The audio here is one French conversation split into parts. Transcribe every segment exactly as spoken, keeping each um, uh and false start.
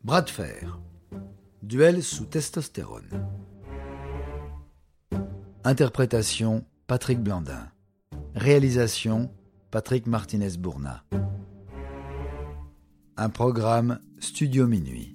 Bras de fer. Duel sous testostérone. Interprétation Patrick Blandin. Réalisation Patrick Martinez-Bourna. Un programme Studio Minuit.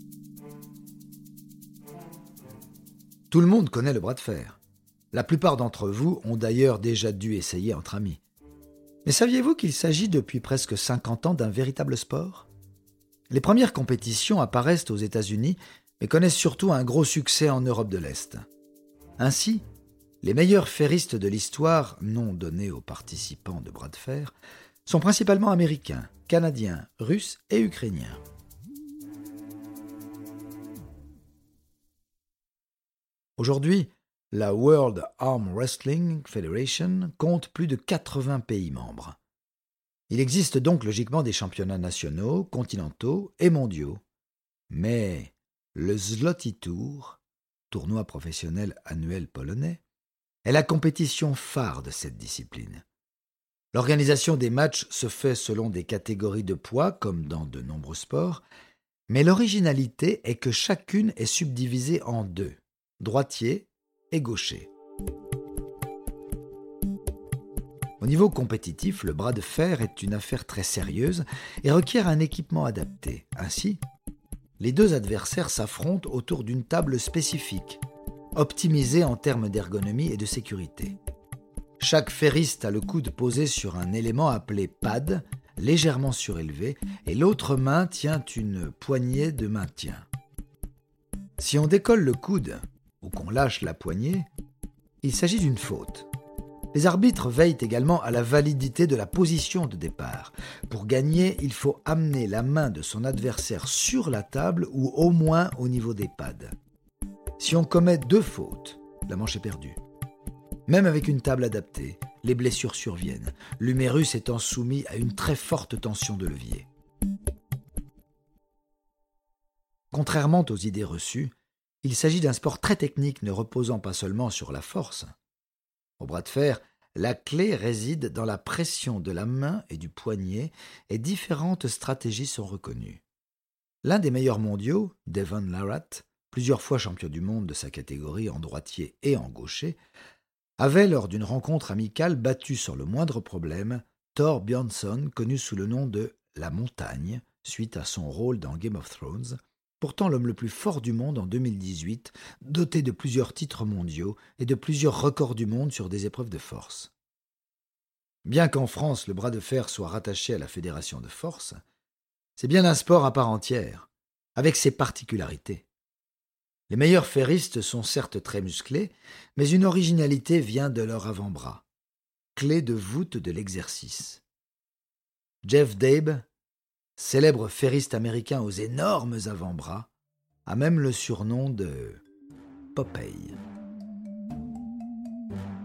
Tout le monde connaît le bras de fer. La plupart d'entre vous ont d'ailleurs déjà dû essayer entre amis. Mais saviez-vous qu'il s'agit depuis presque cinquante ans d'un véritable sport ? Les premières compétitions apparaissent aux États-Unis, mais connaissent surtout un gros succès en Europe de l'Est. Ainsi, les meilleurs ferristes de l'histoire, non donnés aux participants de bras de fer, sont principalement américains, canadiens, russes et ukrainiens. Aujourd'hui, la World Arm Wrestling Federation compte plus de quatre-vingts pays membres. Il existe donc logiquement des championnats nationaux, continentaux et mondiaux. Mais le Zloty Tour, tournoi professionnel annuel polonais, est la compétition phare de cette discipline. L'organisation des matchs se fait selon des catégories de poids, comme dans de nombreux sports, mais l'originalité est que chacune est subdivisée en deux, droitier et gaucher. Au niveau compétitif, le bras de fer est une affaire très sérieuse et requiert un équipement adapté. Ainsi, les deux adversaires s'affrontent autour d'une table spécifique, optimisée en termes d'ergonomie et de sécurité. Chaque ferriste a le coude posé sur un élément appelé pad, légèrement surélevé, et l'autre main tient une poignée de maintien. Si on décolle le coude ou qu'on lâche la poignée, il s'agit d'une faute. Les arbitres veillent également à la validité de la position de départ. Pour gagner, il faut amener la main de son adversaire sur la table ou au moins au niveau des pads. Si on commet deux fautes, la manche est perdue. Même avec une table adaptée, les blessures surviennent, l'humérus étant soumis à une très forte tension de levier. Contrairement aux idées reçues, il s'agit d'un sport très technique ne reposant pas seulement sur la force. Au bras de fer, la clé réside dans la pression de la main et du poignet et différentes stratégies sont reconnues. L'un des meilleurs mondiaux, Devon Larratt, plusieurs fois champion du monde de sa catégorie en droitier et en gaucher, avait, lors d'une rencontre amicale, battu sans le moindre problème Thor Bjornsson, connu sous le nom de « La Montagne », suite à son rôle dans Game of Thrones, pourtant l'homme le plus fort du monde en deux mille dix-huit, doté de plusieurs titres mondiaux et de plusieurs records du monde sur des épreuves de force. Bien qu'en France le bras de fer soit rattaché à la fédération de force, c'est bien un sport à part entière, avec ses particularités. Les meilleurs ferristes sont certes très musclés, mais une originalité vient de leur avant-bras, clé de voûte de l'exercice. Jeff Dabe, célèbre ferriste américain aux énormes avant-bras, a même le surnom de Popeye.